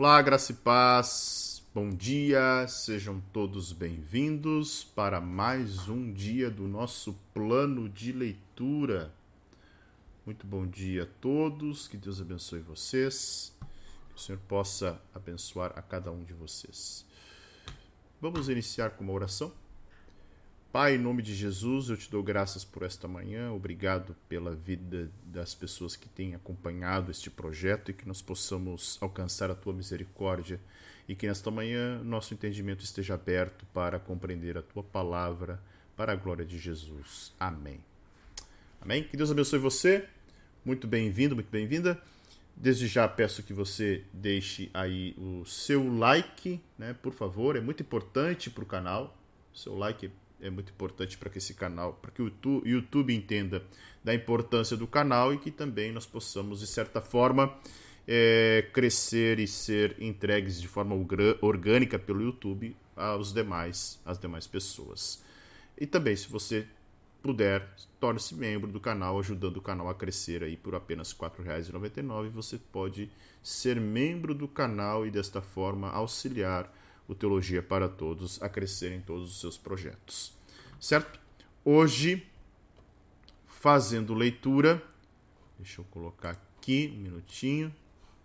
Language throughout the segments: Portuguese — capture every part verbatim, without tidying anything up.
Olá, graça e paz, bom dia, sejam todos bem-vindos para mais um dia do nosso plano de leitura. Muito bom dia a todos, que Deus abençoe vocês, que o Senhor possa abençoar a cada um de vocês. Vamos iniciar com uma oração? Pai, em nome de Jesus, eu te dou graças por esta manhã, obrigado pela vida das pessoas que têm acompanhado este projeto e que nós possamos alcançar a tua misericórdia e que nesta manhã nosso entendimento esteja aberto para compreender a tua palavra, para a glória de Jesus. Amém. Amém? Que Deus abençoe você, muito bem-vindo, muito bem-vinda. Desde já peço que você deixe aí o seu like, né, por favor, é muito importante para o canal, o seu like é É muito importante para que esse canal, para que o YouTube entenda da importância do canal e que também nós possamos, de certa forma, é, crescer e ser entregues de forma orgânica pelo YouTube aos demais, às demais pessoas. E também, se você puder, torne-se membro do canal, ajudando o canal a crescer aí por apenas quatro reais e noventa e nove centavos. Você pode ser membro do canal e, desta forma, auxiliar o Teologia para Todos a crescer em todos os seus projetos. Certo? Hoje, fazendo leitura, deixa eu colocar aqui um minutinho.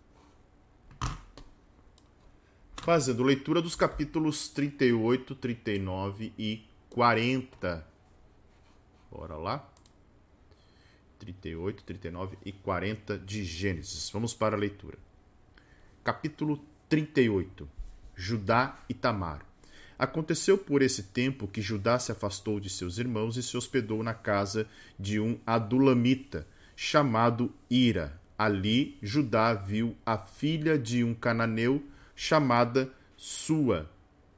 Fazendo leitura dos capítulos trinta e oito, trinta e nove e quarenta. Bora lá? trinta e oito, trinta e nove e quarenta de Gênesis. Vamos para a leitura. Capítulo trinta e oito. Judá e Tamar. Aconteceu por esse tempo que Judá se afastou de seus irmãos e se hospedou na casa de um adulamita, chamado Ira. Ali, Judá viu a filha de um cananeu, chamada Sua.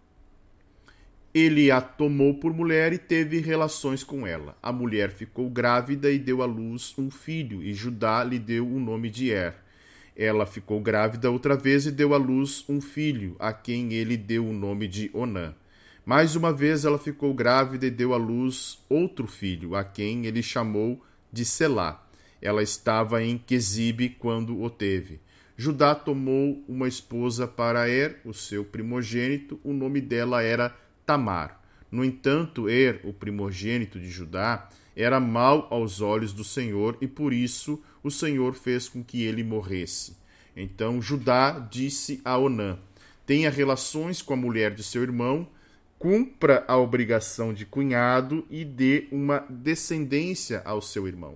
Ele a tomou por mulher e teve relações com ela. A mulher ficou grávida e deu à luz um filho, e Judá lhe deu o nome de Er. Ela ficou grávida outra vez e deu à luz um filho, a quem ele deu o nome de Onã. Mais uma vez ela ficou grávida e deu à luz outro filho, a quem ele chamou de Selá. Ela estava em Quezibe quando o teve. Judá tomou uma esposa para Er, o seu primogênito. O nome dela era Tamar. No entanto, Er, o primogênito de Judá, era mau aos olhos do Senhor, e por isso o Senhor fez com que ele morresse. Então Judá disse a Onã: tenha relações com a mulher de seu irmão, cumpra a obrigação de cunhado e dê uma descendência ao seu irmão.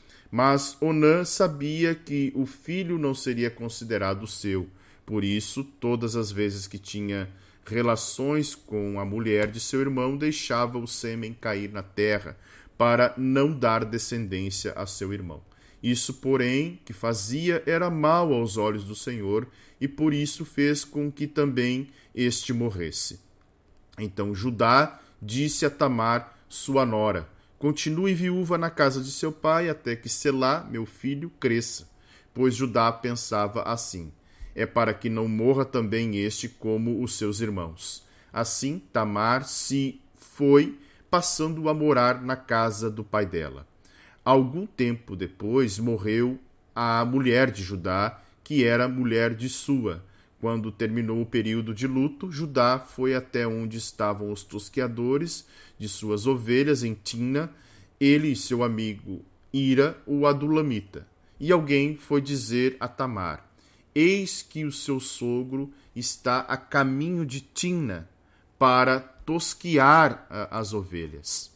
Mas Onã sabia que o filho não seria considerado seu, por isso, todas as vezes que tinha relações com a mulher de seu irmão, deixava o sêmen cair na terra, para não dar descendência a seu irmão. Isso, porém, que fazia era mal aos olhos do Senhor, e por isso fez com que também este morresse. Então Judá disse a Tamar, sua nora: continue viúva na casa de seu pai, até que Selá, meu filho, cresça. Pois Judá pensava assim: é para que não morra também este como os seus irmãos. Assim, Tamar se foi, passando a morar na casa do pai dela. Algum tempo depois morreu a mulher de Judá, que era mulher de Sua. Quando terminou o período de luto, Judá foi até onde estavam os tosqueadores de suas ovelhas em Timna, ele e seu amigo Ira, o adulamita. E alguém foi dizer a Tamar: eis que o seu sogro está a caminho de Timna para tosquear as ovelhas.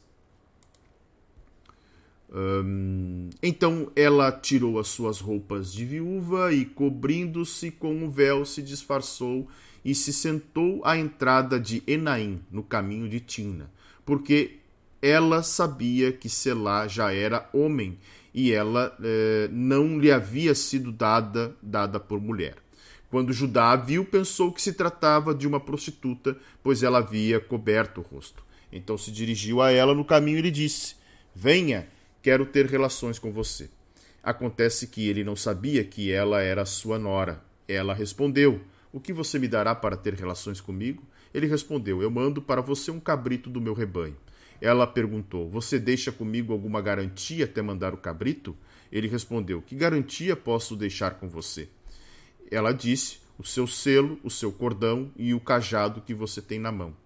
Hum, então ela tirou as suas roupas de viúva e, cobrindo-se com um véu, se disfarçou e se sentou à entrada de Enaim, no caminho de Timna, porque ela sabia que Selá já era homem e ela eh, não lhe havia sido dada, dada por mulher. Quando Judá a viu, pensou que se tratava de uma prostituta, pois ela havia coberto o rosto. Então se dirigiu a ela no caminho e lhe disse: venha, quero ter relações com você. Acontece que ele não sabia que ela era sua nora. Ela respondeu: o que você me dará para ter relações comigo? Ele respondeu: eu mando para você um cabrito do meu rebanho. Ela perguntou: você deixa comigo alguma garantia até mandar o cabrito? Ele respondeu: que garantia posso deixar com você? Ela disse: o seu selo, o seu cordão e o cajado que você tem na mão.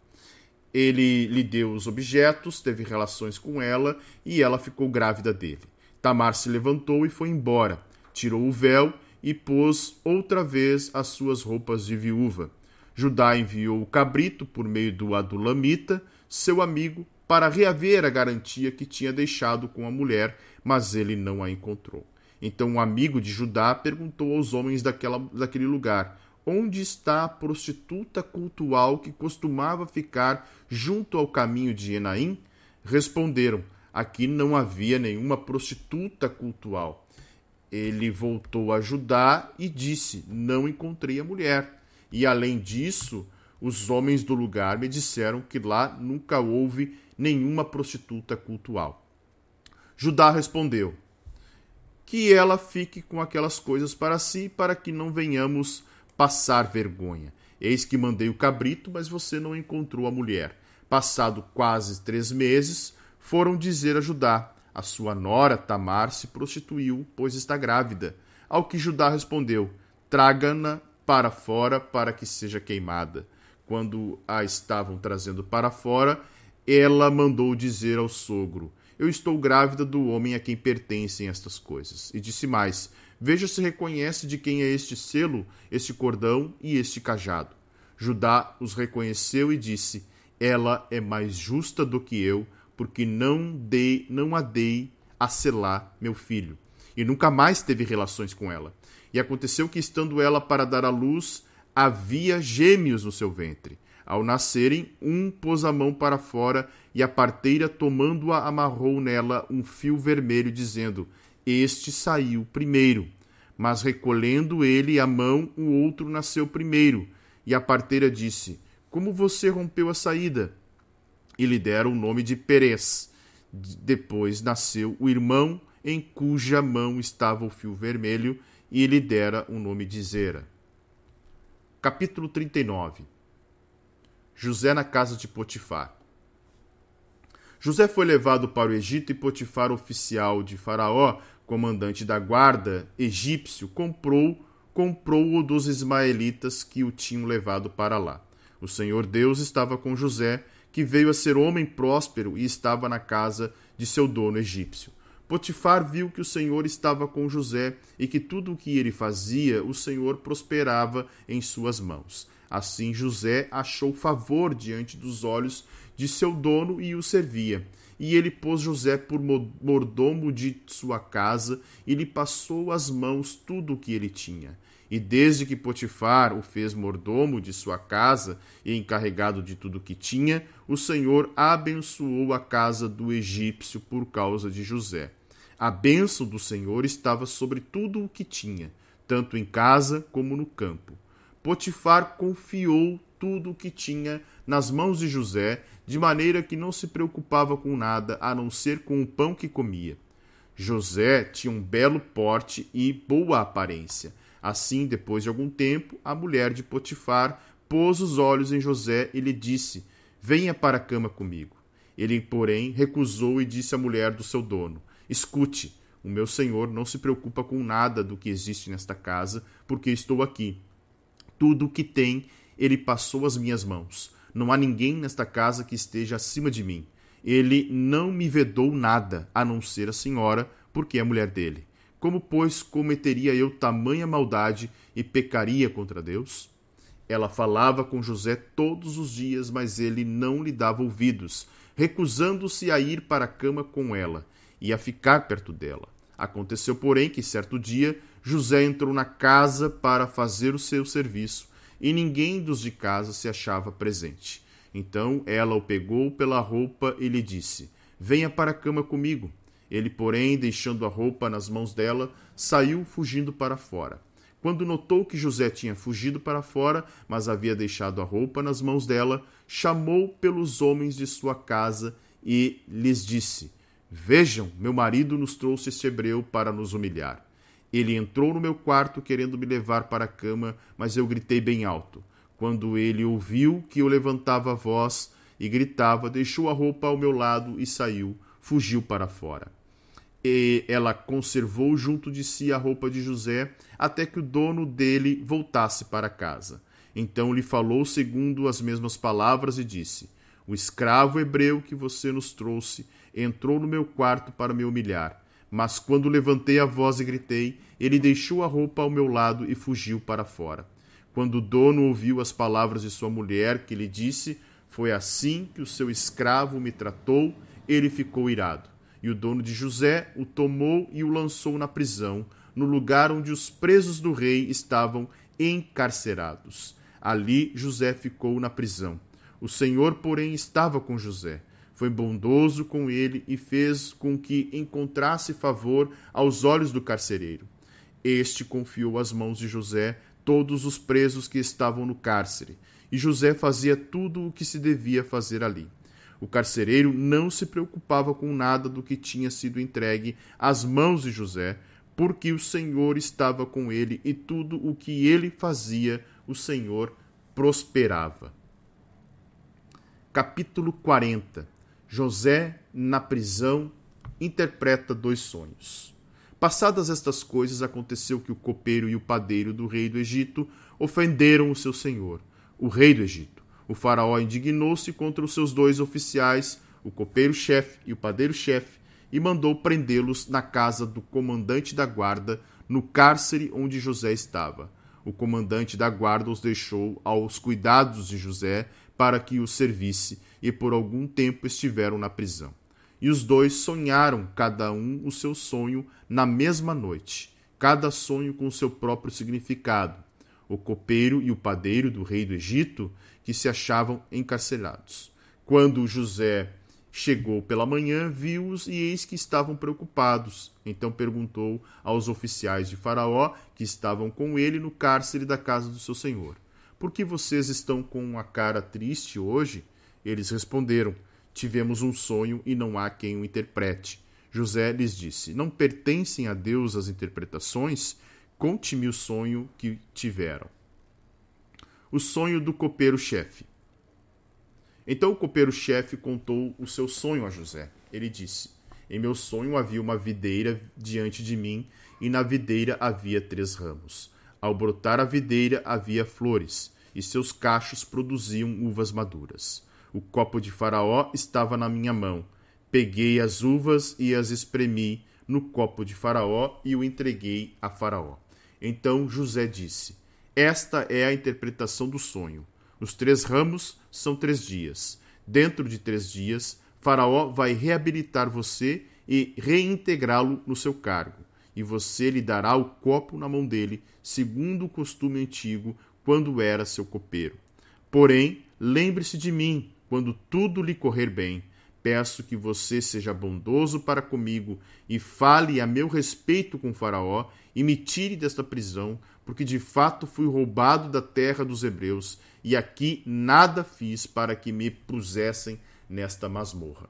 Ele lhe deu os objetos, teve relações com ela e ela ficou grávida dele. Tamar se levantou e foi embora, tirou o véu e pôs outra vez as suas roupas de viúva. Judá enviou o cabrito por meio do adulamita, seu amigo, para reaver a garantia que tinha deixado com a mulher, mas ele não a encontrou. Então um amigo de Judá perguntou aos homens daquela, daquele lugar: onde está a prostituta cultual que costumava ficar junto ao caminho de Enaim? Responderam: aqui não havia nenhuma prostituta cultual. Ele voltou a Judá e disse: não encontrei a mulher. E além disso, os homens do lugar me disseram que lá nunca houve nenhuma prostituta cultual. Judá respondeu: que ela fique com aquelas coisas para si, para que não venhamos passar vergonha. Eis que mandei o cabrito, mas você não encontrou a mulher. Passado quase três meses, foram dizer a Judá: a sua nora Tamar se prostituiu, pois está grávida. Ao que Judá respondeu: traga-na para fora para que seja queimada. Quando a estavam trazendo para fora, ela mandou dizer ao sogro: eu estou grávida do homem a quem pertencem estas coisas. E disse mais: veja se reconhece de quem é este selo, este cordão e este cajado. Judá os reconheceu e disse: ela é mais justa do que eu, porque não dei, não a dei a selar meu filho. E nunca mais teve relações com ela. E aconteceu que, estando ela para dar à luz, havia gêmeos no seu ventre. Ao nascerem, um pôs a mão para fora, e a parteira, tomando-a, amarrou nela um fio vermelho, dizendo: este saiu primeiro. Mas recolhendo ele a mão, o outro nasceu primeiro. E a parteira disse: como você rompeu a saída? E lhe deram o nome de Perez. Depois nasceu o irmão, em cuja mão estava o fio vermelho, e lhe dera o nome de Zera. Capítulo trinta e nove. José na casa de Potifar. José foi levado para o Egito e Potifar, oficial de Faraó, comandante da guarda egípcio, comprou comprou-o dos ismaelitas que o tinham levado para lá. O Senhor Deus estava com José, que veio a ser homem próspero e estava na casa de seu dono egípcio. Potifar viu que o Senhor estava com José e que tudo o que ele fazia, o Senhor prosperava em suas mãos. Assim José achou favor diante dos olhos de seu dono e o servia. E ele pôs José por mordomo de sua casa e lhe passou às mãos tudo o que ele tinha. E desde que Potifar o fez mordomo de sua casa e encarregado de tudo o que tinha, o Senhor abençoou a casa do egípcio por causa de José. A bênção do Senhor estava sobre tudo o que tinha, tanto em casa como no campo. Potifar confiou tudo o que tinha nas mãos de José, de maneira que não se preocupava com nada, a não ser com o pão que comia. José tinha um belo porte e boa aparência. Assim, depois de algum tempo, a mulher de Potifar pôs os olhos em José e lhe disse: venha para a cama comigo. Ele, porém, recusou e disse à mulher do seu dono: escute, o meu senhor não se preocupa com nada do que existe nesta casa, porque estou aqui. Tudo o que tem, ele passou às minhas mãos. Não há ninguém nesta casa que esteja acima de mim. Ele não me vedou nada, a não ser a senhora, porque é mulher dele. Como, pois, cometeria eu tamanha maldade e pecaria contra Deus? Ela falava com José todos os dias, mas ele não lhe dava ouvidos, recusando-se a ir para a cama com ela e a ficar perto dela. Aconteceu, porém, que certo dia José entrou na casa para fazer o seu serviço e ninguém dos de casa se achava presente. Então ela o pegou pela roupa e lhe disse: venha para a cama comigo. Ele, porém, deixando a roupa nas mãos dela, saiu fugindo para fora. Quando notou que José tinha fugido para fora, mas havia deixado a roupa nas mãos dela, chamou pelos homens de sua casa e lhes disse: vejam, meu marido nos trouxe este hebreu para nos humilhar. Ele entrou no meu quarto querendo me levar para a cama, mas eu gritei bem alto. Quando ele ouviu que eu levantava a voz e gritava, deixou a roupa ao meu lado e saiu, fugiu para fora. e ela conservou junto de si a roupa de José até que o dono dele voltasse para casa. Então lhe falou segundo as mesmas palavras e disse: o escravo hebreu que você nos trouxe entrou no meu quarto para me humilhar. Mas quando levantei a voz e gritei, ele deixou a roupa ao meu lado e fugiu para fora. Quando o dono ouviu as palavras de sua mulher, que lhe disse: foi assim que o seu escravo me tratou, ele ficou irado. E o dono de José o tomou e o lançou na prisão, no lugar onde os presos do rei estavam encarcerados. Ali José ficou na prisão. O Senhor, porém, estava com José. Foi bondoso com ele e fez com que encontrasse favor aos olhos do carcereiro. Este confiou às mãos de José todos os presos que estavam no cárcere, e José fazia tudo o que se devia fazer ali. O carcereiro não se preocupava com nada do que tinha sido entregue às mãos de José, porque o Senhor estava com ele e tudo o que ele fazia, o Senhor prosperava. Capítulo quarenta. José, na prisão, interpreta dois sonhos. Passadas estas coisas, aconteceu que o copeiro e o padeiro do rei do Egito ofenderam o seu senhor, o rei do Egito. O faraó indignou-se contra os seus dois oficiais, o copeiro-chefe e o padeiro-chefe, e mandou prendê-los na casa do comandante da guarda, no cárcere onde José estava. O comandante da guarda os deixou aos cuidados de José para que os servisse, e por algum tempo estiveram na prisão. E os dois sonharam, cada um o seu sonho, na mesma noite, cada sonho com o seu próprio significado. O copeiro e o padeiro do rei do Egito, que se achavam encarcerados. Quando José chegou pela manhã, viu-os e eis que estavam preocupados. Então perguntou aos oficiais de Faraó, que estavam com ele no cárcere da casa do seu senhor: por que vocês estão com a cara triste hoje? Eles responderam: tivemos um sonho e não há quem o interprete. José lhes disse: não pertencem a Deus as interpretações? Conte-me o sonho que tiveram. O sonho do copeiro-chefe. Então o copeiro-chefe contou o seu sonho a José. Ele disse: em meu sonho havia uma videira diante de mim, e na videira havia três ramos. Ao brotar a videira havia flores, e seus cachos produziam uvas maduras. O copo de Faraó estava na minha mão. Peguei as uvas e as espremi no copo de Faraó e o entreguei a Faraó. Então José disse: esta é a interpretação do sonho. Os três ramos são três dias. Dentro de três dias, Faraó vai reabilitar você e reintegrá-lo no seu cargo. E você lhe dará o copo na mão dele, segundo o costume antigo, quando era seu copeiro. Porém, lembre-se de mim, quando tudo lhe correr bem. Peço que você seja bondoso para comigo e fale a meu respeito com Faraó e me tire desta prisão, porque de fato fui roubado da terra dos hebreus e aqui nada fiz para que me pusessem nesta masmorra.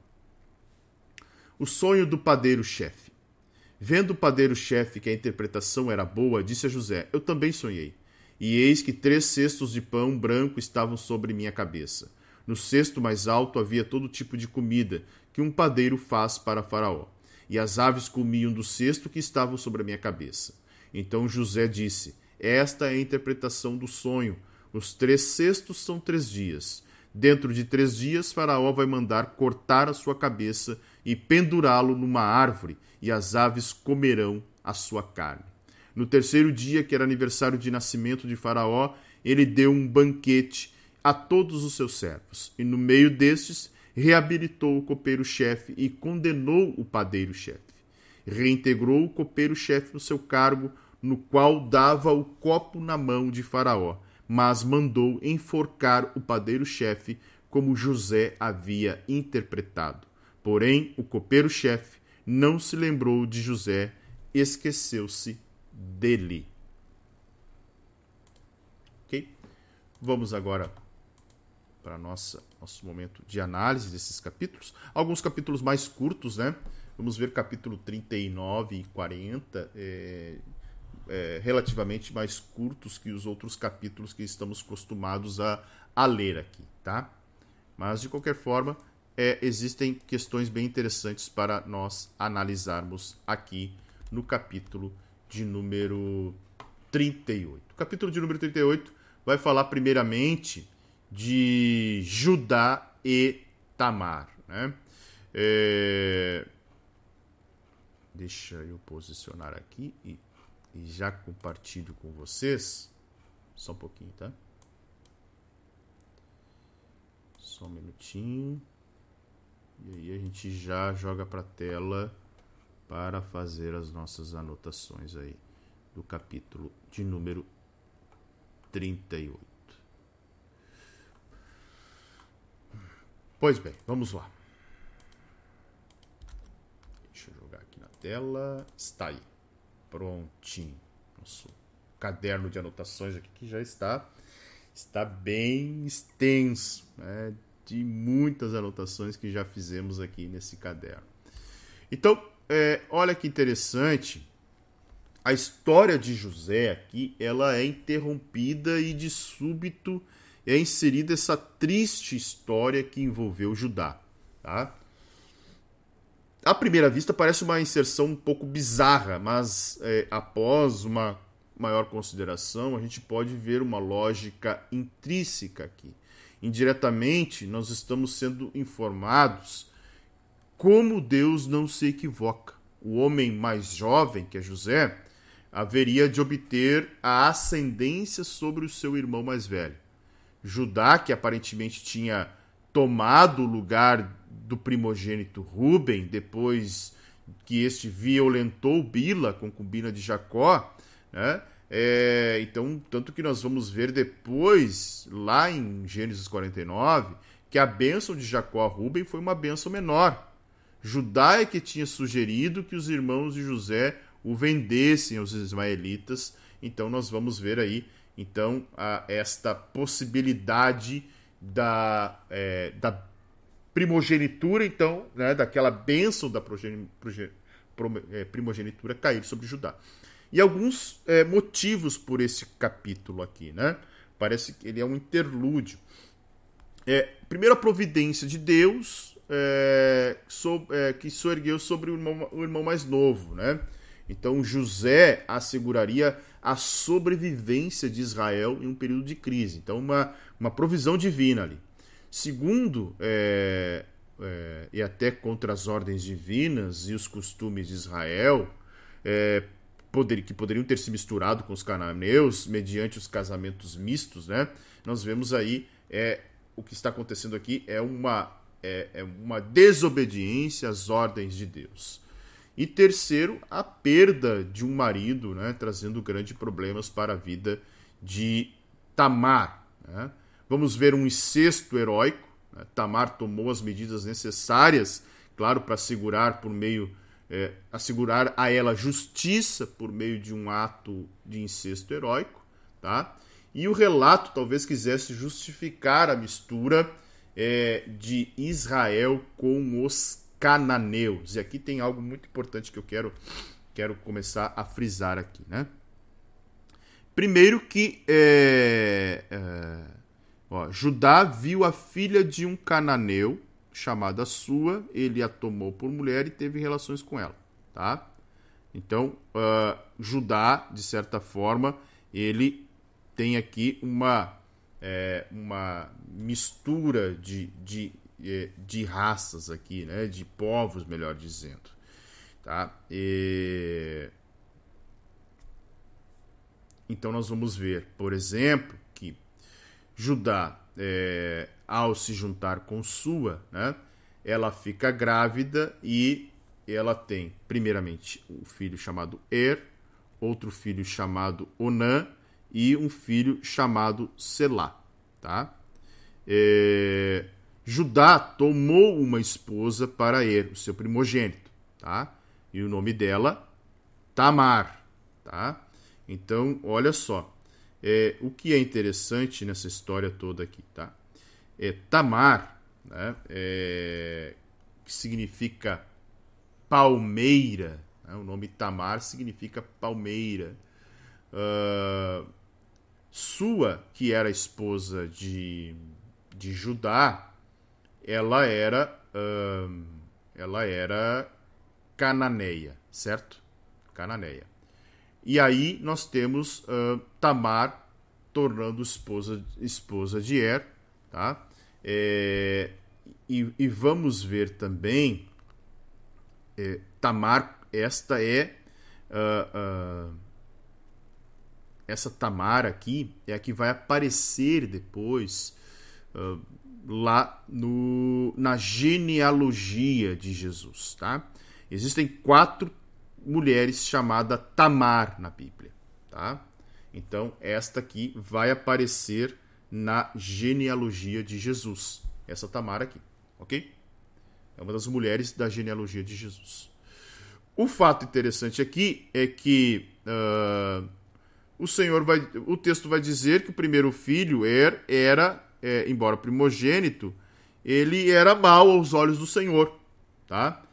O sonho do padeiro-chefe. Vendo o padeiro-chefe que a interpretação era boa, disse a José: eu também sonhei. E eis que três cestos de pão branco estavam sobre minha cabeça. No cesto mais alto havia todo tipo de comida que um padeiro faz para Faraó. E as aves comiam do cesto que estava sobre a minha cabeça. Então José disse: esta é a interpretação do sonho. Os três cestos são três dias. Dentro de três dias, Faraó vai mandar cortar a sua cabeça e pendurá-lo numa árvore, e as aves comerão a sua carne. No terceiro dia, que era aniversário de nascimento de Faraó, ele deu um banquete a todos os seus servos, e no meio destes reabilitou o copeiro-chefe e condenou o padeiro-chefe. Reintegrou o copeiro-chefe no seu cargo, no qual dava o copo na mão de Faraó, mas mandou enforcar o padeiro-chefe, como José havia interpretado. Porém, o copeiro-chefe não se lembrou de José, esqueceu-se dele. Ok? Vamos agora para nossa nosso momento de análise desses capítulos. Alguns capítulos mais curtos, né? Vamos ver capítulo trinta e nove e quarenta, é, é, relativamente mais curtos que os outros capítulos que estamos acostumados a, a ler aqui, tá? Mas, de qualquer forma, é, existem questões bem interessantes para nós analisarmos aqui no capítulo de número trinta e oito. O capítulo de número trinta e oito vai falar primeiramente de Judá e Tamar, né? É... Deixa eu posicionar aqui e, e já compartilho com vocês. Só um pouquinho, tá? Só um minutinho. E aí a gente já joga para a tela para fazer as nossas anotações aí do capítulo de número trinta e oito. Pois bem, vamos lá. Deixa eu jogar aqui na tela. Está aí. Prontinho. Nosso caderno de anotações aqui que já está, está bem extenso, né? De muitas anotações que já fizemos aqui nesse caderno. Então, é, olha que interessante. A história de José aqui, ela é interrompida e de súbito é inserida essa triste história que envolveu Judá, tá? À primeira vista parece uma inserção um pouco bizarra, mas é, após uma maior consideração a gente pode ver uma lógica intrínseca aqui. Indiretamente nós estamos sendo informados como Deus não se equivoca. O homem mais jovem, que é José, haveria de obter a ascendência sobre o seu irmão mais velho. Judá, que aparentemente tinha tomado o lugar do primogênito Rúben, depois que este violentou Bila, concubina de Jacó, né? É, então, tanto que nós vamos ver depois, lá em Gênesis quarenta e nove, que a bênção de Jacó a Rúben foi uma bênção menor. Judá é que tinha sugerido que os irmãos de José o vendessem aos ismaelitas. Então nós vamos ver aí então a, esta possibilidade da, é, da primogenitura, então, né, daquela bênção da progeni, proge, pro, é, primogenitura cair sobre Judá. E alguns é, motivos por esse capítulo aqui, né? Parece que ele é um interlúdio. É, primeiro, a providência de Deus é, so, é, que soergueu sobre o irmão, o irmão mais novo, né? Então José asseguraria a sobrevivência de Israel em um período de crise. Então uma, uma provisão divina ali. Segundo, é, é, e até contra as ordens divinas e os costumes de Israel, é, poder, que poderiam ter se misturado com os cananeus mediante os casamentos mistos, né? Nós vemos aí, é, o que está acontecendo aqui é uma, é, é uma desobediência às ordens de Deus. E terceiro, a perda de um marido, né, trazendo grandes problemas para a vida de Tamar, né? Vamos ver um incesto heróico, né? Tamar tomou as medidas necessárias, claro, para assegurar por meio, é, assegurar a ela justiça por meio de um ato de incesto heróico, tá? E o relato talvez quisesse justificar a mistura é, de Israel com os cananeus. E aqui tem algo muito importante que eu quero, quero começar a frisar aqui, né? Primeiro que é, é, ó, Judá viu a filha de um cananeu chamada Sua, ele a tomou por mulher e teve relações com ela, tá? Então, uh, Judá, de certa forma, ele tem aqui uma, é, uma mistura de, de de raças aqui, né? De povos, melhor dizendo, tá? E... Então nós vamos ver, por exemplo, que Judá, é, ao se juntar com Sua, né? Ela fica grávida e ela tem, primeiramente, um filho chamado Er, outro filho chamado Onã e um filho chamado Selá, tá? É... Judá tomou uma esposa para Er, o seu primogênito, tá? E o nome dela, Tamar, tá? Então, olha só, é, o que é interessante nessa história toda aqui, tá? É, Tamar, né, é, que significa palmeira, né? O nome Tamar significa palmeira. Uh, Sua, que era esposa de, de Judá, ela era uh, ela era cananeia, certo? Cananeia. E aí nós temos uh, Tamar tornando esposa, esposa de Er, tá? É, e, e vamos ver também, é, Tamar, esta é, uh, uh, essa Tamar aqui é a que vai aparecer depois uh, lá no, na genealogia de Jesus, tá? Existem quatro mulheres chamadas Tamar na Bíblia, tá? Então, esta aqui vai aparecer na genealogia de Jesus. Essa Tamar aqui, ok? É uma das mulheres da genealogia de Jesus. O fato interessante aqui é que uh, o Senhor vai, o texto vai dizer que o primeiro filho Er era, é, embora primogênito, ele era mau aos olhos do Senhor, tá?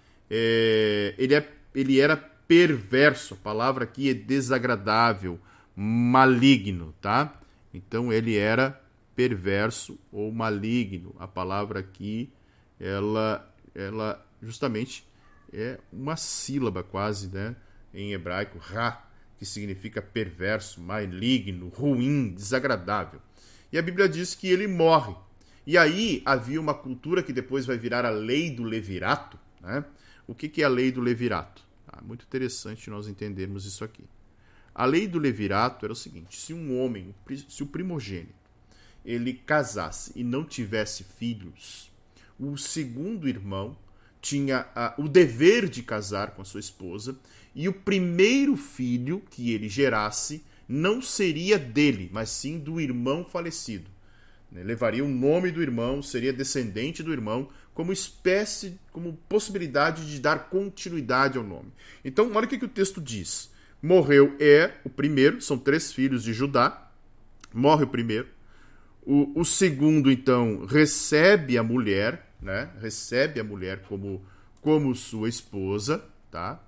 É, ele, é, ele era perverso. A palavra aqui é desagradável, maligno, tá? Então ele era perverso ou maligno. A palavra aqui, ela, ela justamente é uma sílaba quase, né? Em hebraico, ra, que significa perverso, maligno, ruim, desagradável. E a Bíblia diz que ele morre. E aí havia uma cultura que depois vai virar a lei do levirato, né? O que, que é a lei do levirato? Ah, muito interessante nós entendermos isso aqui. A lei do levirato era o seguinte: se um homem, se o primogênito, ele casasse e não tivesse filhos, o segundo irmão tinha ah, o dever de casar com a sua esposa, e o primeiro filho que ele gerasse não seria dele, mas sim do irmão falecido. Levaria o nome do irmão, seria descendente do irmão, como espécie, como possibilidade de dar continuidade ao nome. Então, olha o que, que o texto diz. Morreu Er, o primeiro, são três filhos de Judá, morre o primeiro. O, o segundo, então, recebe a mulher, né? Recebe a mulher como, como sua esposa, tá?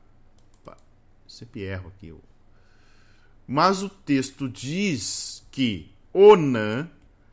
Sempre erro aqui. Mas o texto diz que Onã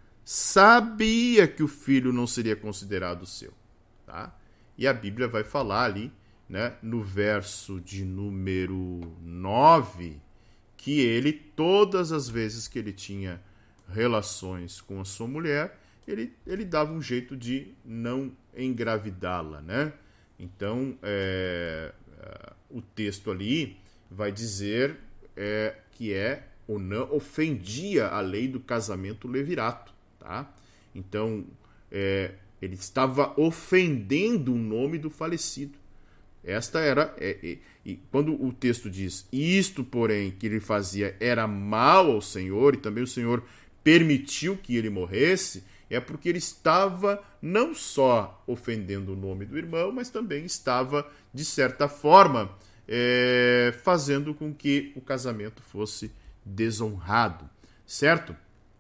sabia que o filho não seria considerado seu, tá? E a Bíblia vai falar ali, né, no verso de número nove, que ele, todas as vezes que ele tinha relações com a sua mulher, ele, ele dava um jeito de não engravidá-la, né? Então, é, é, o texto ali vai dizer é, que é Onã ofendia a lei do casamento levirato, tá? Então, é, ele estava ofendendo o nome do falecido. Esta era, é, é, e quando o texto diz isto, porém, que ele fazia era mal ao Senhor, e também o Senhor permitiu que ele morresse, é porque ele estava não só ofendendo o nome do irmão, mas também estava, de certa forma, é, fazendo com que o casamento fosse desonrado, certo?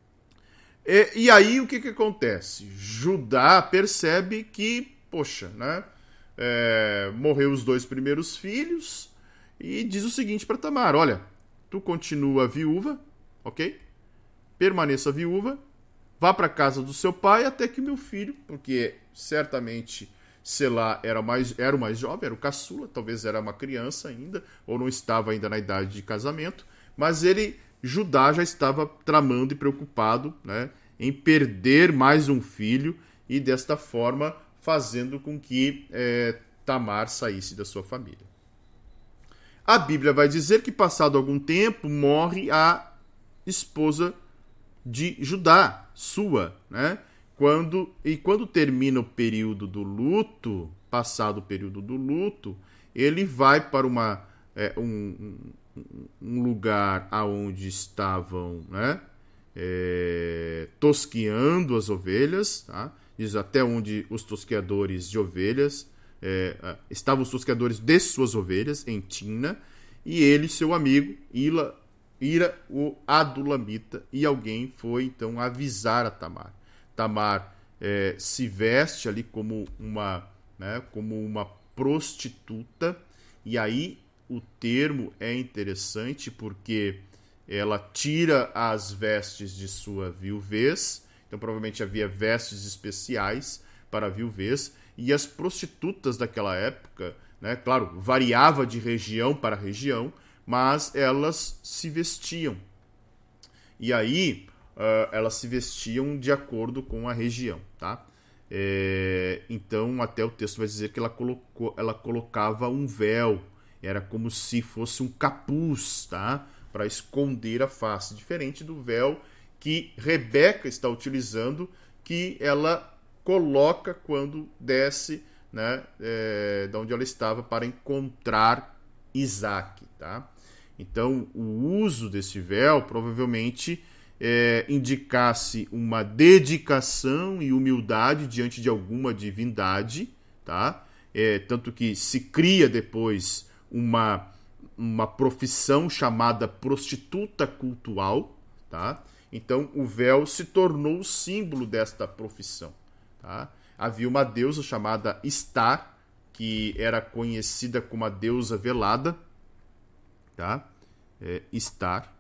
E, e aí o que, que acontece? Judá percebe que, poxa, né? É, morreu os dois primeiros filhos e diz o seguinte para Tamar: olha, tu continua viúva, ok? Permaneça viúva, vá para a casa do seu pai até que meu filho, porque certamente Selá era, mais, era o mais jovem, era o caçula, talvez era uma criança ainda, ou não estava ainda na idade de casamento, mas ele, Judá, já estava tramando e preocupado, né, em perder mais um filho e desta forma fazendo com que é, Tamar saísse da sua família. A Bíblia vai dizer que, passado algum tempo, morre a esposa de Judá, sua, né? Quando, e quando termina o período do luto, passado o período do luto, ele vai para uma, é, um, um lugar onde estavam, né, é, tosqueando as ovelhas, tá? Diz até onde os tosqueadores de ovelhas, é, estavam os tosqueadores de suas ovelhas, em Timna, e ele, seu amigo, Ila, Ira, o Adulamita, e alguém foi então avisar a Tamar. Tamar é, se veste ali como uma, né, como uma prostituta, e aí o termo é interessante porque ela tira as vestes de sua viuvez. Então, provavelmente havia vestes especiais para a viuvez. e as prostitutas daquela época, né, claro, variava de região para região, mas elas se vestiam. E aí, uh, elas se vestiam de acordo com a região, tá? É, então, até o texto vai dizer que ela, colocou, ela colocava um véu, era como se fosse um capuz, tá? Para esconder a face, diferente do véu que Rebeca está utilizando, que ela coloca quando desce, né, é, de onde ela estava para encontrar Isaac, tá? Então, o uso desse véu provavelmente é, indicasse uma dedicação e humildade diante de alguma divindade, tá? É, tanto que se cria depois uma, uma profissão chamada prostituta cultual, tá? Então, o véu se tornou o símbolo desta profissão, tá? Havia uma deusa chamada Star, que era conhecida como a deusa velada, tá? É, Star,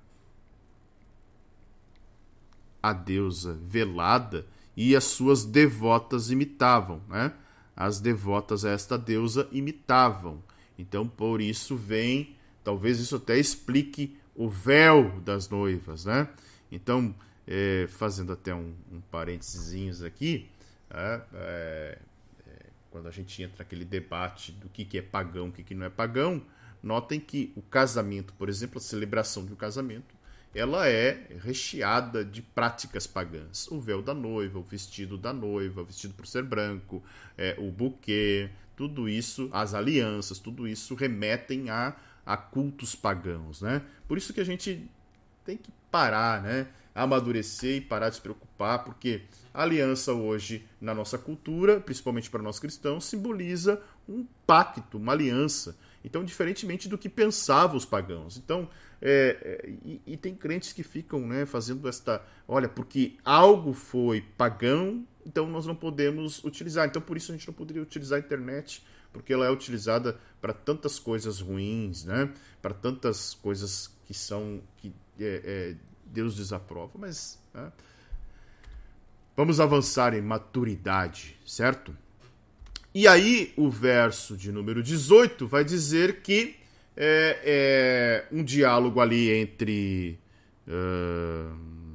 a deusa velada, e as suas devotas imitavam, né? As devotas a esta deusa imitavam. Então, por isso vem, talvez isso até explique o véu das noivas, né? Então, é, fazendo até um, um parênteses aqui, é, é, é, quando a gente entra naquele debate do que, que é pagão, o que, que não é pagão, notem que o casamento, por exemplo, a celebração de um casamento, ela é recheada de práticas pagãs. O véu da noiva, o vestido da noiva, o vestido por ser branco, é, o buquê, tudo isso, as alianças, tudo isso remetem a, a cultos pagãos, né? Por isso que a gente tem que parar, né? Amadurecer e parar de se preocupar, porque a aliança hoje, na nossa cultura, principalmente para nós cristãos, simboliza um pacto, uma aliança. Então, diferentemente do que pensavam os pagãos. Então, é, é, e, e tem crentes que ficam, né, fazendo esta... Olha, porque algo foi pagão, então nós não podemos utilizar. Então, por isso a gente não poderia utilizar a internet, porque ela é utilizada para tantas coisas ruins, né? Para tantas coisas que são... que é, é, Deus desaprova. Mas, né, vamos avançar em maturidade, certo? E aí, o verso de número dezoito vai dizer que é, é um diálogo ali entre, uh,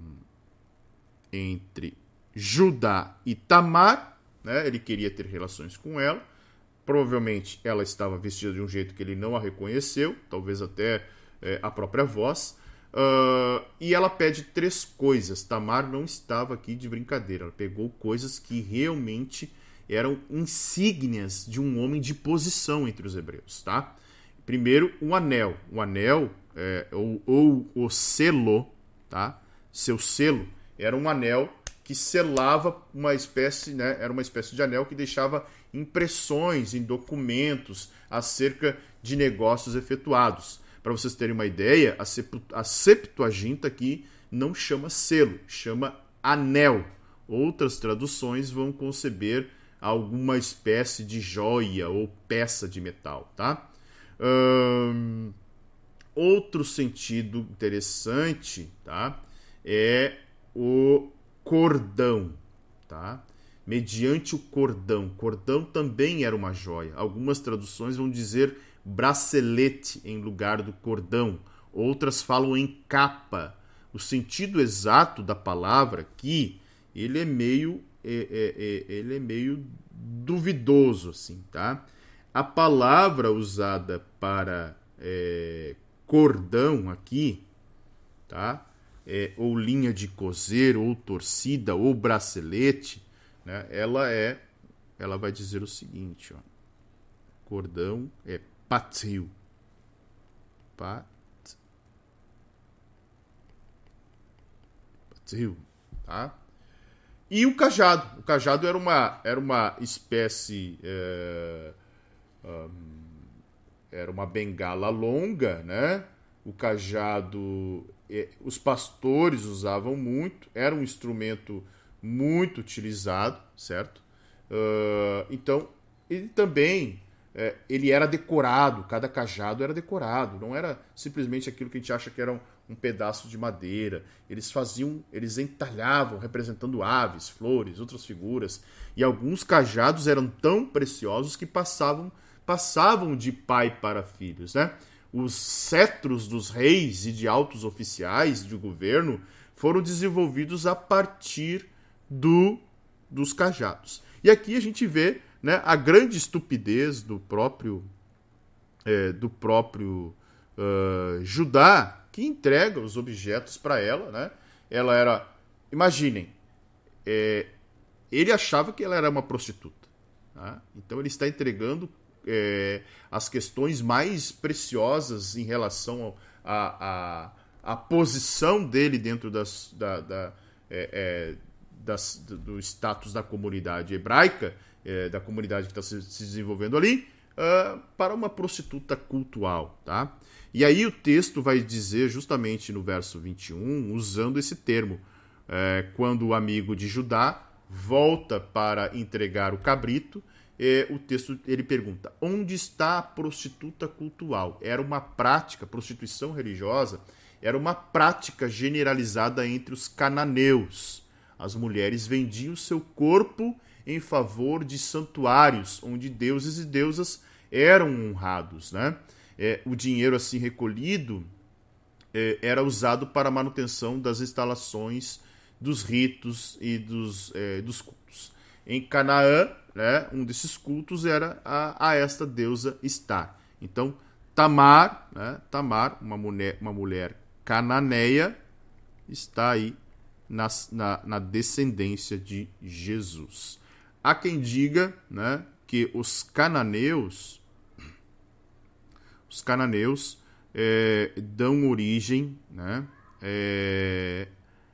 entre Judá e Tamar, né? Ele queria ter relações com ela. Provavelmente ela estava vestida de um jeito que ele não a reconheceu, talvez até é, a própria voz. Uh, e ela pede três coisas. Tamar não estava aqui de brincadeira, ela pegou coisas que realmente eram insígnias de um homem de posição entre os hebreus, tá? Primeiro, um anel. O anel, é, ou, ou o selo, tá? Seu selo era um anel que selava uma espécie, né? Era uma espécie de anel que deixava impressões em documentos acerca de negócios efetuados. Para vocês terem uma ideia, a Septuaginta aqui não chama selo, chama anel. Outras traduções vão conceber alguma espécie de joia ou peça de metal, tá? Hum, outro sentido interessante, tá? É o cordão, tá? Mediante o cordão. Cordão também era uma joia. Algumas traduções vão dizer bracelete em lugar do cordão. Outras falam em capa. O sentido exato da palavra aqui, ele é meio, é, é, é, ele é meio duvidoso, assim, tá? A palavra usada para é, cordão aqui, tá? É, ou linha de coser, ou torcida, ou bracelete, né? Ela é, ela vai dizer o seguinte, ó. Cordão é patil. Pat, patil, tá? E o cajado. O cajado era uma, era uma espécie... É, um, era uma bengala longa, né? O cajado... É, os pastores usavam muito. Era um instrumento muito utilizado, certo? Uh, então, ele também é, ele era decorado, cada cajado era decorado, não era simplesmente aquilo que a gente acha que era um, um pedaço de madeira. Eles faziam, eles entalhavam representando aves, flores, outras figuras, e alguns cajados eram tão preciosos que passavam, passavam de pai para filhos, né? Os cetros dos reis e de altos oficiais de governo foram desenvolvidos a partir do, dos cajados. E aqui a gente vê, né, a grande estupidez do próprio, é, do próprio uh, Judá, que entrega os objetos para ela, né? Ela era, imaginem, é, ele achava que ela era uma prostituta, tá? Então ele está entregando é, as questões mais preciosas em relação à a, a, a posição dele dentro das, da, da, é, é, das, do status da comunidade hebraica, é, da comunidade que está se, se desenvolvendo ali, uh, para uma prostituta cultual, tá? E aí o texto vai dizer justamente no verso vinte e um, usando esse termo, é, quando o amigo de Judá volta para entregar o cabrito, é, o texto ele pergunta, onde está a prostituta cultual? Era uma prática, prostituição religiosa, era uma prática generalizada entre os cananeus. As mulheres vendiam seu corpo em favor de santuários, onde deuses e deusas eram honrados, né? É, o dinheiro assim recolhido é, era usado para a manutenção das instalações, dos ritos e dos, é, dos cultos. Em Canaã, né, um desses cultos era a, a esta deusa Estar. Então, Tamar, né, Tamar, uma mulher, uma mulher cananeia, está aí na, na, na descendência de Jesus. Há quem diga, né, que os cananeus, os cananeus é, dão origem, né, é,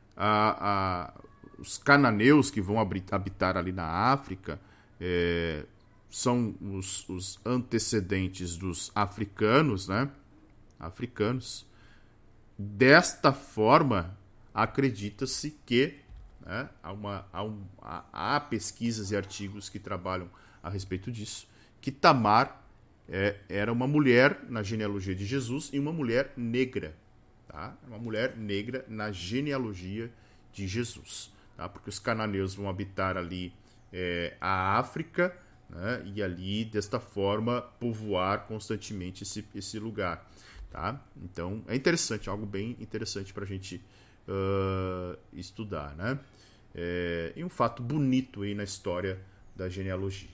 a, a, os cananeus que vão habitar ali na África é, são os, os antecedentes dos africanos, né, africanos. Desta forma, acredita-se que né, há, uma, há, um, há, há pesquisas e artigos que trabalham a respeito disso, que Tamar é, era uma mulher na genealogia de Jesus e uma mulher negra. Tá? Uma mulher negra na genealogia de Jesus. Tá? Porque os cananeus vão habitar ali é, a África, né, e ali, desta forma, povoar constantemente esse, esse lugar. Tá? Então, é interessante, algo bem interessante para a gente uh, estudar. Né? É, e um fato bonito aí na história da genealogia.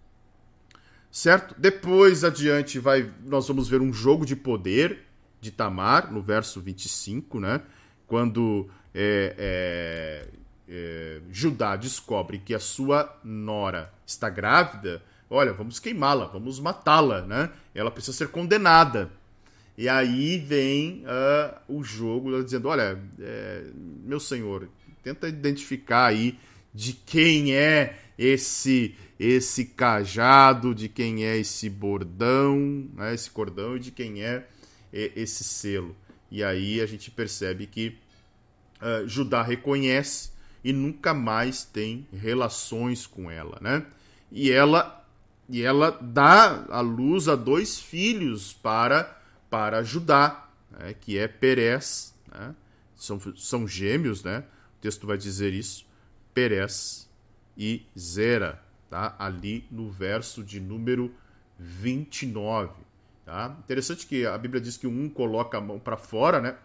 Certo? Depois adiante vai, nós vamos ver um jogo de poder de Tamar, no verso vinte e cinco, né? Quando é, é, é, Judá descobre que a sua nora está grávida, olha, vamos queimá-la, vamos matá-la, né? Ela precisa ser condenada. E aí vem uh, o jogo dizendo, olha, é, meu senhor, tenta identificar aí de quem é esse esse cajado, de quem é esse bordão, né, esse cordão, e de quem é esse selo. E aí a gente percebe que uh, Judá reconhece e nunca mais tem relações com ela, né? E ela, e ela dá à luz a dois filhos para, para Judá, né, que é Perez, né? São, são gêmeos, né? O texto vai dizer isso, Perez e Zera, tá? Ali no verso de número vinte e nove. Tá? Interessante que a Bíblia diz que um coloca a mão para fora, né?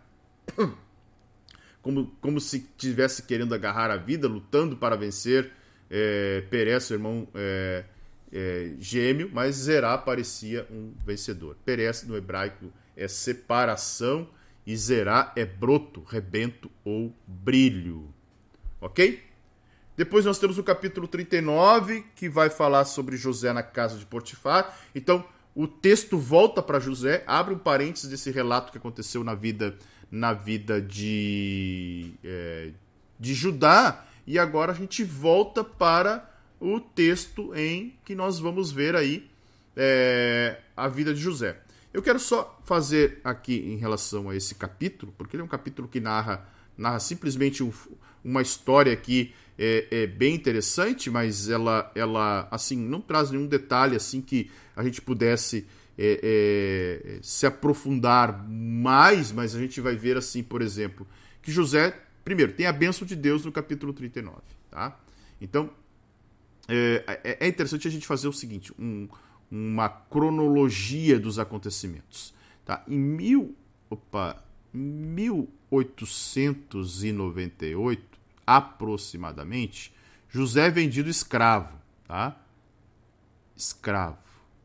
Como, como se estivesse querendo agarrar a vida, lutando para vencer é, Perez, seu irmão é, é, gêmeo, mas Zerá parecia um vencedor. Perez no hebraico é separação e Zerá é broto, rebento ou brilho. Ok? Depois nós temos o capítulo trinta e nove, que vai falar sobre José na casa de Potifar. Então, o texto volta para José, abre um parênteses desse relato que aconteceu na vida, na vida de, é, de Judá, e agora a gente volta para o texto em que nós vamos ver aí é, a vida de José. Eu quero só fazer aqui em relação a esse capítulo, porque ele é um capítulo que narra narra simplesmente um, uma história que é, é bem interessante, mas ela, ela assim, não traz nenhum detalhe assim que a gente pudesse é, é, se aprofundar mais, mas a gente vai ver assim, por exemplo, que José, primeiro, tem a bênção de Deus no capítulo trinta e nove, tá? Então, é, é interessante a gente fazer o seguinte, um, uma cronologia dos acontecimentos, tá? Em mil, opa, mil oitocentos e noventa e oito, aproximadamente, José é vendido escravo, tá? Escravo.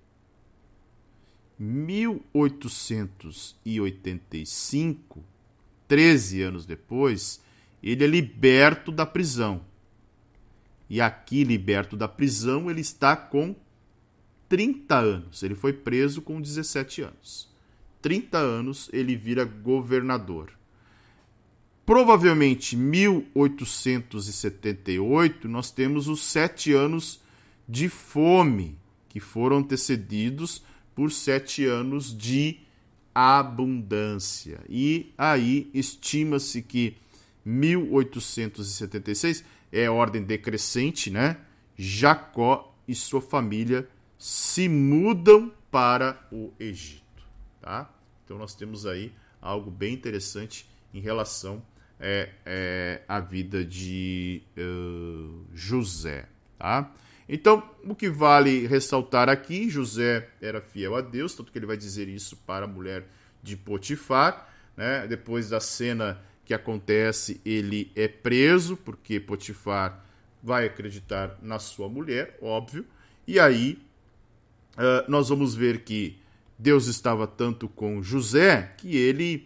mil oitocentos e oitenta e cinco, treze anos depois, ele é liberto da prisão. E aqui, liberto da prisão, ele está com trinta anos. Ele foi preso com dezessete anos. trinta anos, ele vira governador. Provavelmente, em mil oitocentos e setenta e oito, nós temos os sete anos de fome, que foram antecedidos por sete anos de abundância. E aí, estima-se que mil oitocentos e setenta e seis é ordem decrescente, né? Jacó e sua família se mudam para o Egito, tá? Então nós temos aí algo bem interessante em relação é, é, à vida de uh, José, tá? Então, o que vale ressaltar aqui, José era fiel a Deus, tanto que ele vai dizer isso para a mulher de Potifar, né? Depois da cena que acontece, ele é preso, porque Potifar vai acreditar na sua mulher, óbvio, e aí uh, nós vamos ver que Deus estava tanto com José, que ele,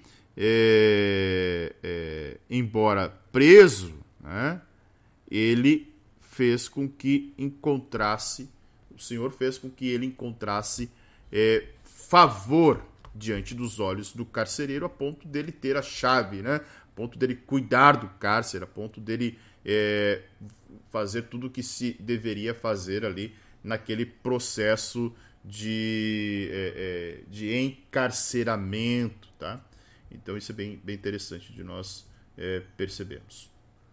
é, é, embora preso, né, ele fez com que encontrasse, o Senhor fez com que ele encontrasse é, favor diante dos olhos do carcereiro, a ponto dele ter a chave, né? A ponto dele cuidar do cárcere, a ponto dele é, fazer tudo o que se deveria fazer ali naquele processo de, é, é, de encarceramento, tá? Então isso é bem, bem interessante de nós é, percebermos.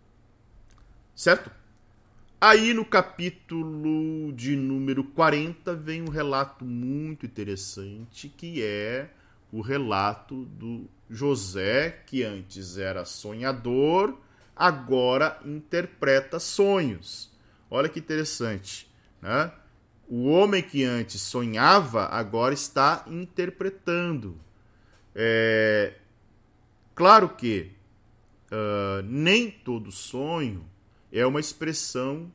Certo? Aí no capítulo de número quarenta vem um relato muito interessante, que é o relato do José, que antes era sonhador, agora interpreta sonhos. Olha que interessante, né? O homem que antes sonhava, agora está interpretando. É... Claro que uh, nem todo sonho é uma expressão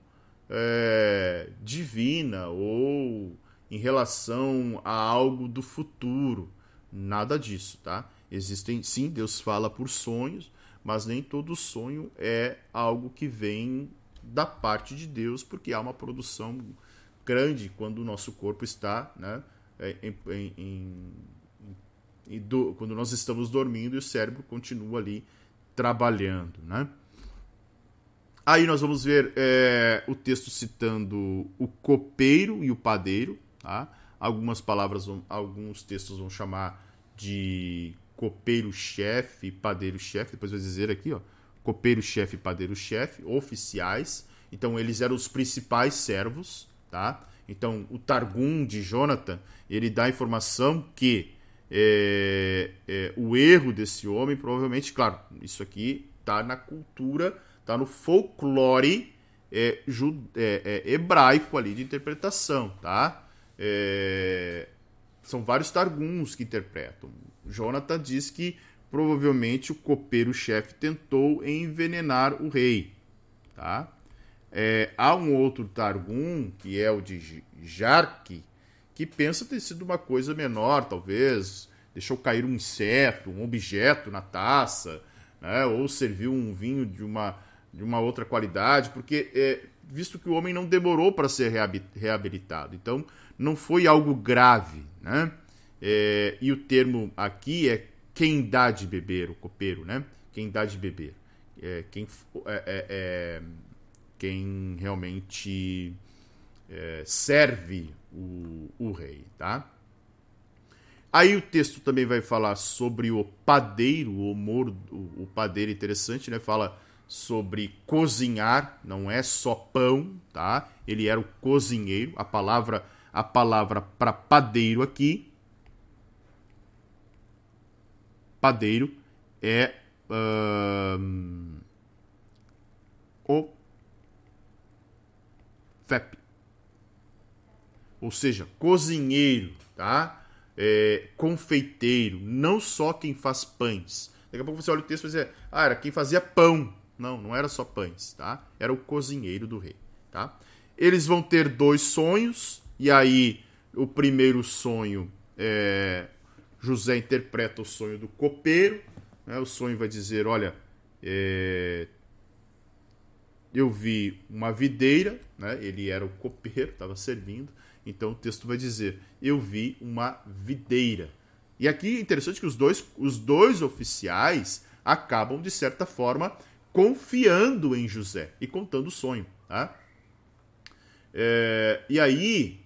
é, divina ou em relação a algo do futuro. Nada disso, tá? Existem, sim, Deus fala por sonhos, mas nem todo sonho é algo que vem da parte de Deus, porque há uma produção grande quando o nosso corpo está, né, em, em, em, em do, quando nós estamos dormindo e o cérebro continua ali trabalhando, né? Aí nós vamos ver é, o texto citando o copeiro e o padeiro, tá? Algumas palavras, vão, alguns textos vão chamar de copeiro-chefe, padeiro-chefe, depois vai dizer aqui, ó, copeiro-chefe e padeiro-chefe, oficiais. Então eles eram os principais servos, tá? Então o Targum de Jonathan, ele dá a informação que é, é, o erro desse homem, provavelmente, claro, isso aqui tá na cultura, tá no folclore é, ju, é, é, hebraico ali de interpretação, tá? É, são vários targuns que interpretam. Jonathan diz que provavelmente o copeiro-chefe tentou envenenar o rei, tá? É, há um outro targum, que é o de Jarque, que pensa ter sido uma coisa menor, talvez, deixou cair um inseto, um objeto na taça, né? Ou serviu um vinho de uma de uma outra qualidade, porque é, visto que o homem não demorou para ser reabilitado, então não foi algo grave, né? É, e o termo aqui é quem dá de beber, o copeiro, né? Quem dá de beber, é, quem, é, é, é, quem realmente é, serve o, o rei, tá? Aí o texto também vai falar sobre o padeiro, o humor, o, o padeiro interessante, né? Fala sobre cozinhar, não é só pão, tá? Ele era o cozinheiro, a palavra a palavra para padeiro aqui, padeiro é uh, o F E P, ou seja, cozinheiro, tá? É, confeiteiro, não só quem faz pães. Daqui a pouco você olha o texto e vai dizer, ah, era quem fazia pão. Não, não era só pães, tá? Era o cozinheiro do rei, tá? Eles vão ter dois sonhos, e aí o primeiro sonho, é, José interpreta o sonho do copeiro, né? O sonho vai dizer, olha, é, eu vi uma videira, né? Ele era o copeiro, estava servindo, então o texto vai dizer, eu vi uma videira. E aqui é interessante que os dois, os dois oficiais acabam, de certa forma, confiando em José e contando o sonho. Tá? É, e aí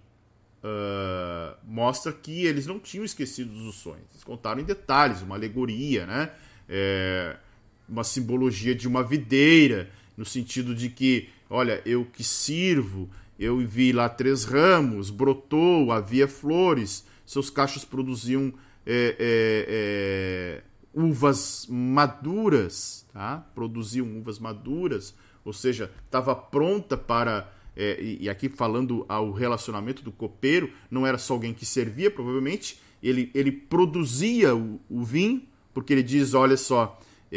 uh, mostra que eles não tinham esquecido dos sonhos. Eles contaram em detalhes, uma alegoria, né? É, uma simbologia de uma videira, no sentido de que, olha, eu que sirvo, eu vi lá três ramos, brotou, havia flores, seus cachos produziam é, é, é, uvas maduras, tá? Produziam uvas maduras, ou seja, estava pronta para... É, e aqui falando ao relacionamento do copeiro, não era só alguém que servia, provavelmente, ele, ele produzia o, o vinho, porque ele diz, olha só,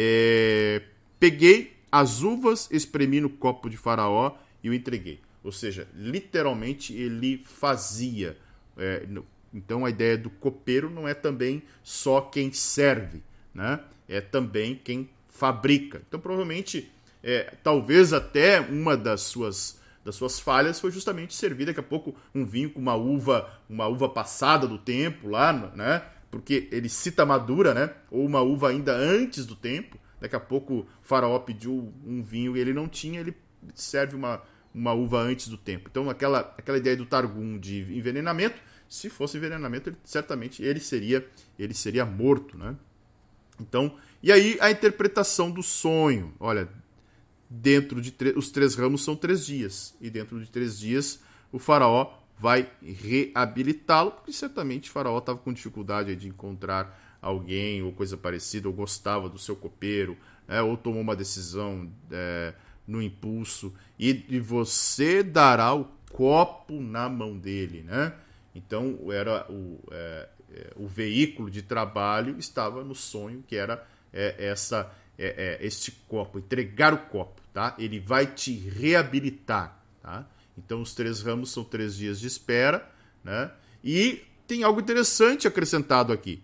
é, peguei as uvas, espremi no copo de Faraó e o entreguei. Ou seja, literalmente ele fazia. É, então a ideia do copeiro não é também só quem serve, né? É também quem fabrica. Então provavelmente, é, talvez até uma das suas, das suas falhas foi justamente servir daqui a pouco um vinho com uma uva, uma uva passada do tempo lá, né? Porque ele cita madura, né? Ou uma uva ainda antes do tempo. Daqui a pouco o Faraó pediu um vinho e ele não tinha, ele serve uma, uma uva antes do tempo. Então aquela, aquela ideia do Targum de envenenamento, se fosse envenenamento, ele, certamente ele seria, ele seria morto, né? Então, e aí a interpretação do sonho. Olha, dentro de os três ramos são três dias. E dentro de três dias o Faraó vai reabilitá-lo, porque certamente o Faraó estava com dificuldade de encontrar alguém ou coisa parecida, ou gostava do seu copeiro, é, ou tomou uma decisão é, no impulso, e, e você dará o copo na mão dele, né? Então era o, é, é, o veículo de trabalho estava no sonho, que era é, essa, é, é, este copo, entregar o copo, tá? Ele vai te reabilitar, tá? Então os três ramos são três dias de espera, né? E tem algo interessante acrescentado aqui,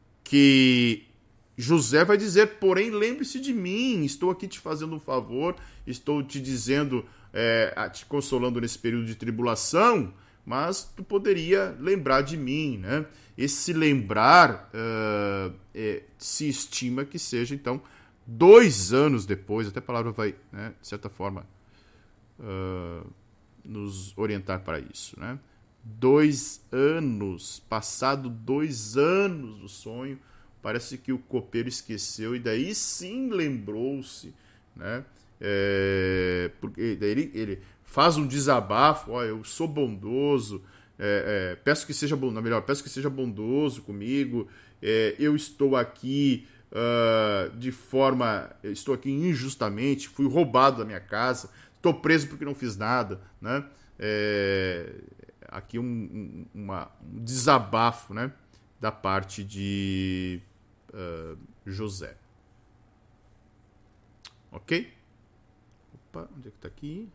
que José vai dizer, porém lembre-se de mim, estou aqui te fazendo um favor, estou te dizendo, é, te consolando nesse período de tribulação, mas tu poderia lembrar de mim, né? Esse lembrar uh, é, se estima que seja, então, dois anos depois, até a palavra vai, né, de certa forma, uh, nos orientar para isso, né? Dois anos, passado dois anos do sonho, parece que o copeiro esqueceu e daí sim lembrou-se, né? É, porque daí ele, ele faz um desabafo, ó, eu sou bondoso, é, é, peço que seja bom, melhor, peço que seja bondoso comigo, é, eu estou aqui uh, de forma, estou aqui injustamente, fui roubado da minha casa, estou preso porque não fiz nada, né? É, aqui um, um, uma, um desabafo, né, da parte de uh, José. Ok? Opa, onde é que tá aqui?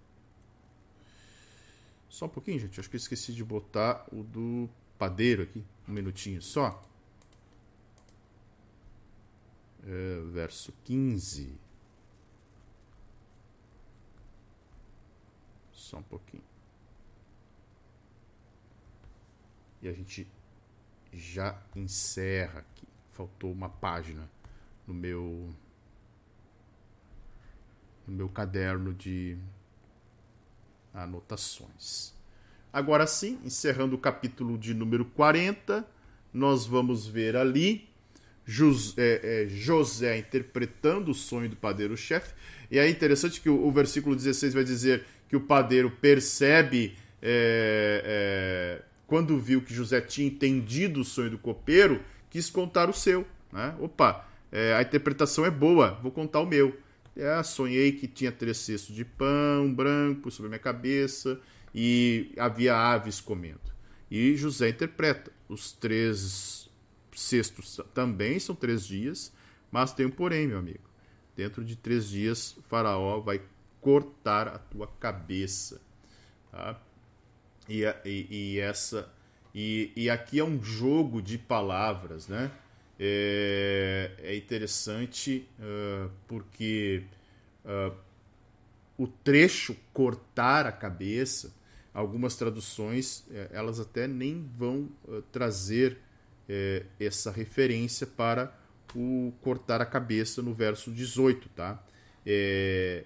Só um pouquinho, gente. Acho que eu esqueci de botar o do padeiro aqui. Um minutinho só. É, verso quinze. Só um pouquinho. E a gente já encerra aqui. Faltou uma página no meu no meu caderno de anotações. Agora sim, encerrando o capítulo de número quarenta, nós vamos ver ali José, é, José interpretando o sonho do padeiro-chefe. E é interessante que o, o versículo dezesseis vai dizer que o padeiro percebe, é, é, quando viu que José tinha entendido o sonho do copeiro, quis contar o seu. Né? Opa, é, a interpretação é boa, vou contar o meu. É, sonhei que tinha três cestos de pão branco sobre a minha cabeça e havia aves comendo. E José interpreta. Os três cestos também são três dias, mas tem um porém, meu amigo. Dentro de três dias, o faraó vai cortar a tua cabeça. Tá? E, e, e, essa, e, e aqui é um jogo de palavras, né? É, é interessante uh, porque uh, o trecho cortar a cabeça, algumas traduções, elas até nem vão uh, trazer uh, essa referência para o cortar a cabeça no verso dezoito, tá? É,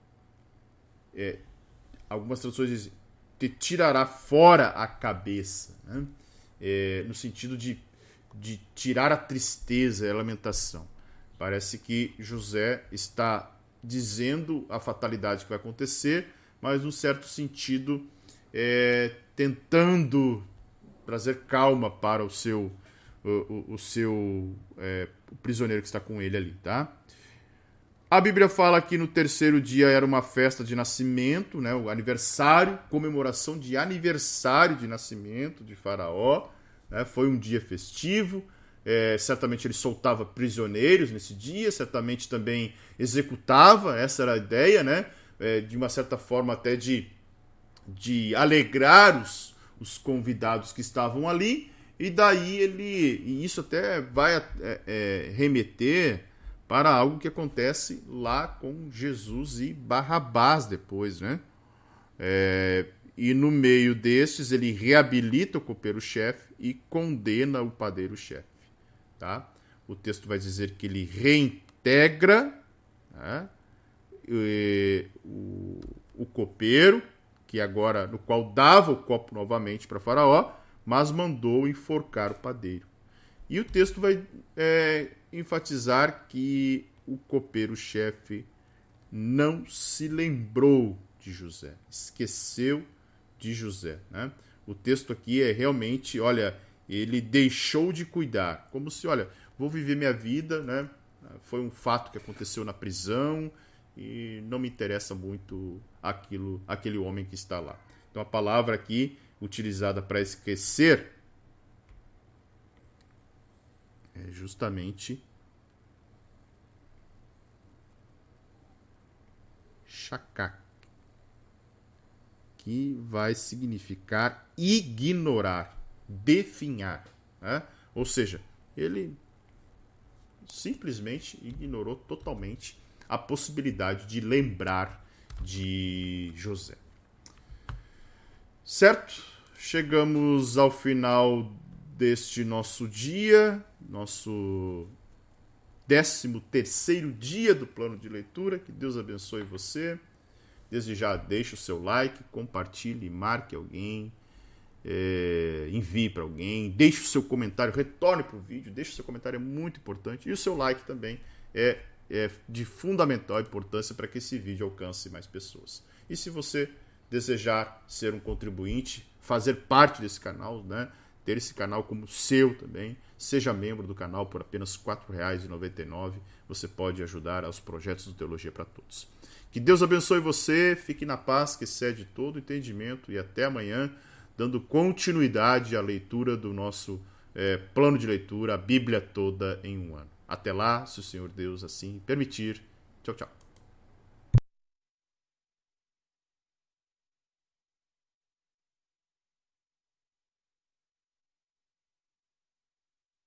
é, algumas traduções dizem, te tirará fora a cabeça, né? É, no sentido de de tirar a tristeza e a lamentação. Parece que José está dizendo a fatalidade que vai acontecer, mas, num certo sentido, é, tentando trazer calma para o seu, o, o, o seu é, o prisioneiro que está com ele ali. Tá? A Bíblia fala que no terceiro dia era uma festa de nascimento, né, o aniversário, comemoração de aniversário de nascimento de Faraó. Né, foi um dia festivo, é, certamente ele soltava prisioneiros nesse dia, certamente também executava, essa era a ideia, né, é, de uma certa forma até de, de alegrar os, os convidados que estavam ali, e daí ele, e isso até vai é, é, remeter para algo que acontece lá com Jesus e Barrabás depois, né? É, e no meio destes ele reabilita o copeiro-chefe e condena o padeiro-chefe. Tá? O texto vai dizer que ele reintegra, né, o, o copeiro, que agora, no qual dava o copo novamente para Faraó, mas mandou enforcar o padeiro. E o texto vai é, enfatizar que o copeiro-chefe não se lembrou de José, esqueceu de José. Né? O texto aqui é realmente, olha, ele deixou de cuidar, como se, olha, vou viver minha vida, né? Foi um fato que aconteceu na prisão e não me interessa muito aquilo, aquele homem que está lá. Então a palavra aqui utilizada para esquecer é justamente shakak, que vai significar ignorar, definhar. Né? Ou seja, ele simplesmente ignorou totalmente a possibilidade de lembrar de José. Certo? Chegamos ao final deste nosso dia, nosso décimo terceiro dia do plano de leitura. Que Deus abençoe você. Desde já, deixe o seu like, compartilhe, marque alguém, é, envie para alguém, deixe o seu comentário, retorne para o vídeo, deixe o seu comentário, é muito importante. E o seu like também é, é de fundamental importância para que esse vídeo alcance mais pessoas. E se você desejar ser um contribuinte, fazer parte desse canal, né, ter esse canal como seu também, seja membro do canal por apenas quatro reais e noventa e nove centavos. Você pode ajudar aos projetos do Teologia para Todos. Que Deus abençoe você, fique na paz que excede todo entendimento e até amanhã, dando continuidade à leitura do nosso é, plano de leitura, a Bíblia toda em um ano. Até lá, se o Senhor Deus assim permitir. Tchau, tchau.